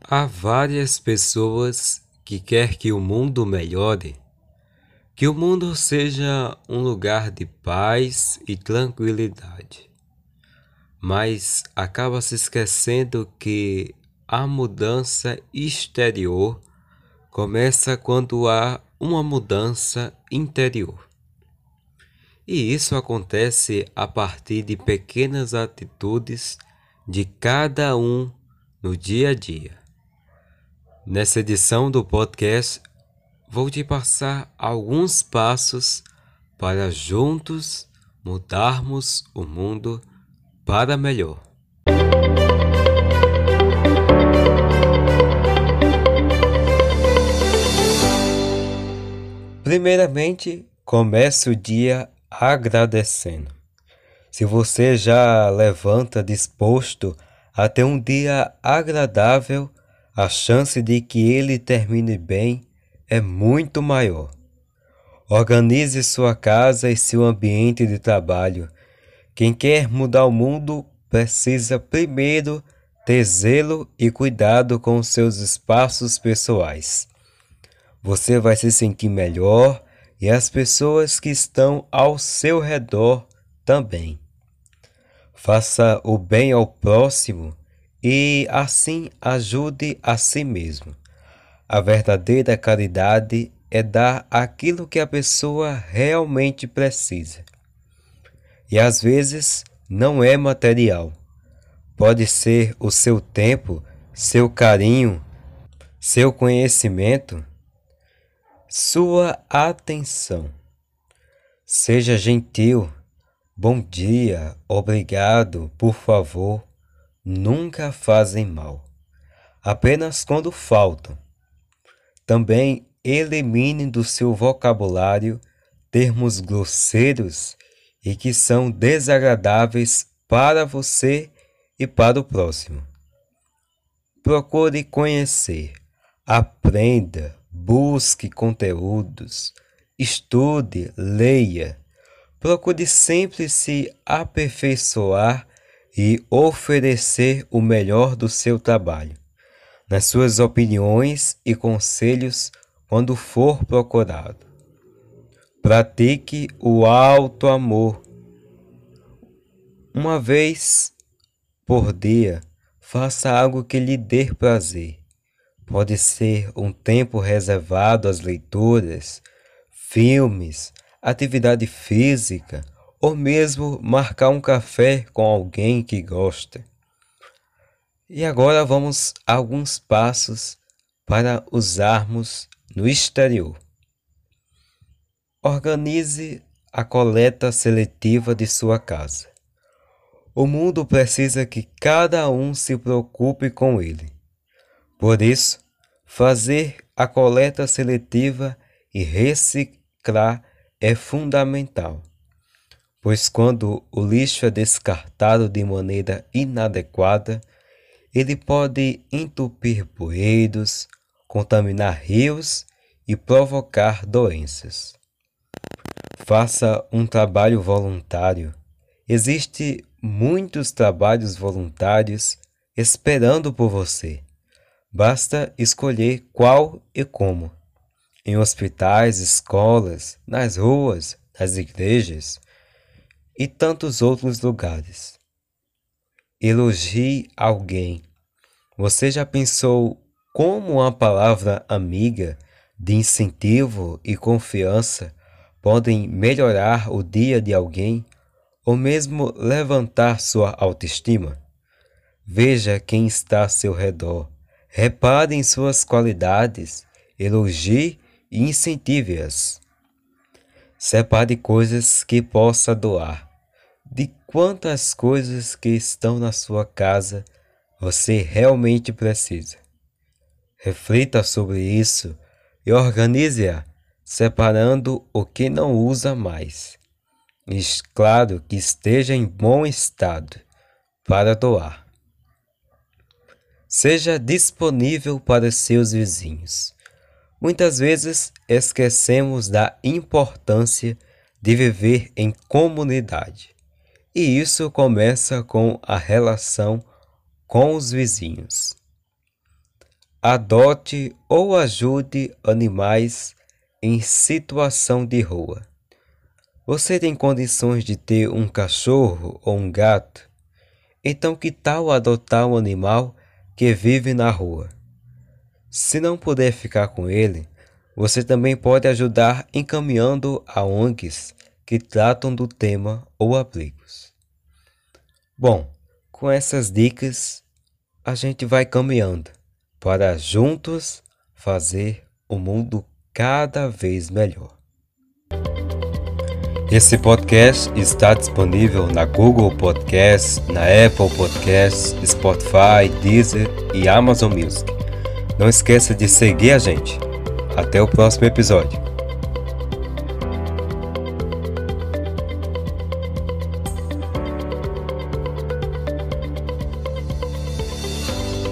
Há várias pessoas que querem que o mundo melhore, que o mundo seja um lugar de paz e tranquilidade, mas acaba se esquecendo que a mudança exterior começa quando há uma mudança interior. E isso acontece a partir de pequenas atitudes de cada um no dia a dia. Nessa edição do podcast, vou te passar alguns passos para juntos mudarmos o mundo para melhor. Primeiramente, comece o dia agradecendo. Se você já levanta disposto a ter um dia agradável, a chance de que ele termine bem é muito maior. Organize sua casa e seu ambiente de trabalho. Quem quer mudar o mundo precisa primeiro ter zelo e cuidado com seus espaços pessoais. Você vai se sentir melhor e as pessoas que estão ao seu redor também. Faça o bem ao próximo e assim ajude a si mesmo. A verdadeira caridade é dar aquilo que a pessoa realmente precisa. E às vezes não é material. Pode ser o seu tempo, seu carinho, seu conhecimento, sua atenção. Seja gentil. Bom dia, obrigado, por favor, nunca fazem mal. Apenas quando faltam. Também elimine do seu vocabulário termos grosseiros e que são desagradáveis para você e para o próximo. Procure conhecer, aprenda, busque conteúdos, estude, leia. Procure sempre se aperfeiçoar e oferecer o melhor do seu trabalho, nas suas opiniões e conselhos quando for procurado. Pratique o alto amor. Uma vez por dia, faça algo que lhe dê prazer. Pode ser um tempo reservado às leituras, filmes, atividade física ou mesmo marcar um café com alguém que gosta. E agora vamos a alguns passos para usarmos no exterior. Organize a coleta seletiva de sua casa. O mundo precisa que cada um se preocupe com ele. Por isso, fazer a coleta seletiva e reciclar é fundamental, pois quando o lixo é descartado de maneira inadequada, ele pode entupir bueiros, contaminar rios e provocar doenças. Faça um trabalho voluntário. Existem muitos trabalhos voluntários esperando por você. Basta escolher qual e como. Em hospitais, escolas, nas ruas, nas igrejas e tantos outros lugares. Elogie alguém. Você já pensou como uma palavra amiga, de incentivo e confiança podem melhorar o dia de alguém ou mesmo levantar sua autoestima? Veja quem está a seu redor. Repare em suas qualidades, elogie e incentive-as. Separe coisas que possa doar. De quantas coisas que estão na sua casa você realmente precisa? Reflita sobre isso e organize-a, separando o que não usa mais. E claro que esteja em bom estado para doar. Seja disponível para seus vizinhos. Muitas vezes esquecemos da importância de viver em comunidade. E isso começa com a relação com os vizinhos. adote ou ajude animais em situação de rua. Você tem condições de ter um cachorro ou um gato? Então que tal adotar um animal que vive na rua? Se não puder ficar com ele, você também pode ajudar encaminhando a ONGs que tratam do tema ou abrigos. Bom, com essas dicas, a gente vai caminhando para juntos fazer o mundo cada vez melhor. Esse podcast está disponível na Google Podcasts, na Apple Podcasts, Spotify, Deezer e Amazon Music. Não esqueça de seguir a gente. Até o próximo episódio.